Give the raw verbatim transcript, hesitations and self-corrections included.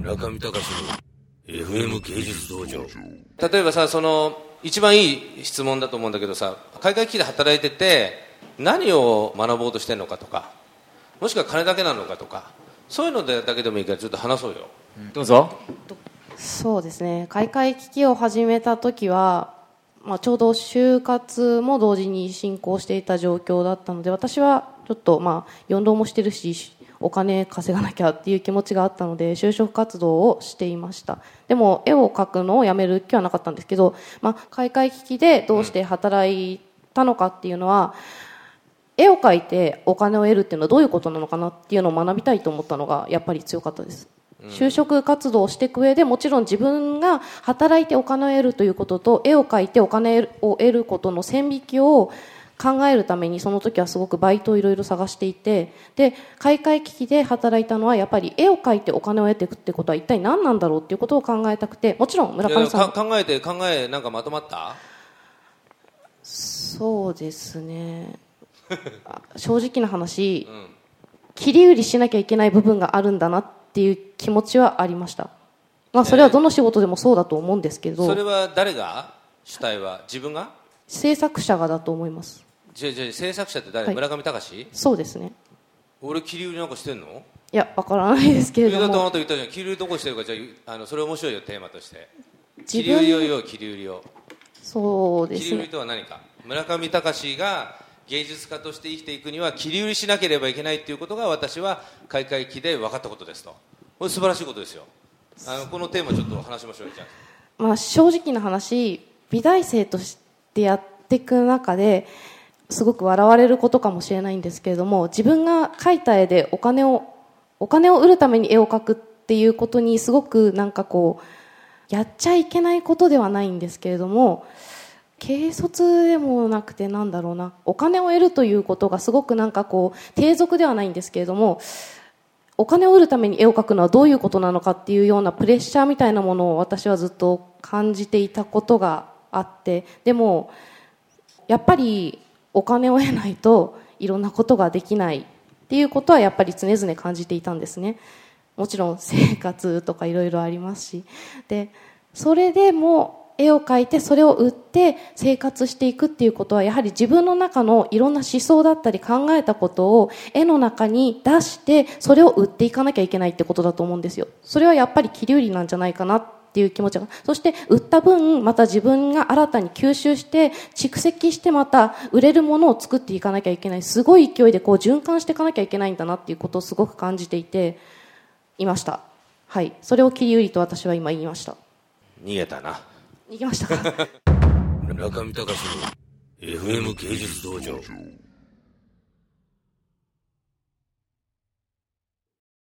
村上隆の エフエム 芸術道場。 例えばさ、その一番いい質問だと思うんだけどさ、海外機器で働いてて何を学ぼうとしてるのかとか、もしくは金だけなのかとか、そういうのだけでもいいからちょっと話そうよ、 うん、どうぞ。 そうですね、買い替え機器を始めた時は、まあ、ちょうど就活も同時に進行していた状況だったので、私はちょっとまあ四浪もしてるしお金稼がなきゃっていう気持ちがあったので就職活動をしていました。でも絵を描くのをやめる気はなかったんですけど、まあ、買い替え機器でどうして働いたのかっていうのは、絵を描いてお金を得るっていうのはどういうことなのかなっていうのを学びたいと思ったのがやっぱり強かったです。就職活動をしていく上でもちろん自分が働いてお金を得るということと絵を描いてお金を得ることの線引きを考えるために、その時はすごくバイトをいろいろ探していて、で買い替え機器で働いたのはやっぱり絵を描いてお金を得ていくってことは一体何なんだろうっていうことを考えたくて、もちろん村上さん考えて考えなんかまとまった？ そうですね正直な話、うん、切り売りしなきゃいけない部分があるんだなっていう気持ちはありました。まあ、それはどの仕事でもそうだと思うんですけど、 えー、それは誰が主体は自分が？ 制作者がだと思います。 じゃじゃ制作者って誰、はい、村上隆？ そうですね。 俺切り売りなんかしてんの？いやわからないですけれども。 だとあなた言ったじゃん、切り売りどこしてるか。じゃあ、あのそれ面白いよテーマとして。切り売りをよ、切り売りを。 そうですね。 切り売りとは何か。村上隆が芸術家として生きていくには切り売りしなければいけないということが私は買い替え機で分かったことですと。これ素晴らしいことですよ。あのこのテーマちょっと話しましょうよ。じゃあ、 まあ、正直な話、美大生としてやっていく中ですごく笑われることかもしれないんですけれども、自分が描いた絵でお金をお金を売るために絵を描くっていうことにすごくなんかこうやっちゃいけないことではないんですけれども、軽率でもなくてなんだろうな、お金を得るということがすごくなんかこう低俗ではないんですけれども、お金を売るために絵を描くのはどういうことなのかっていうようなプレッシャーみたいなものを私はずっと感じていたことがあって、でもやっぱりお金を得ないといろんなことができないっていうことはやっぱり常々感じていたんですね。もちろん生活とかいろいろありますし、でそれでも絵を描いてそれを売って生活していくっていうことは、やはり自分の中のいろんな思想だったり考えたことを絵の中に出してそれを売っていかなきゃいけないってことだと思うんですよ。それはやっぱり切り売りなんじゃないかなっていう気持ちが、そして売った分また自分が新たに吸収して蓄積してまた売れるものを作っていかなきゃいけない、すごい勢いでこう循環していかなきゃいけないんだなっていうことをすごく感じていていました。はい、それを切り売りと私は今言いました。 逃げたな。 逃げましたか？ 村上隆の エフエム 芸術道場。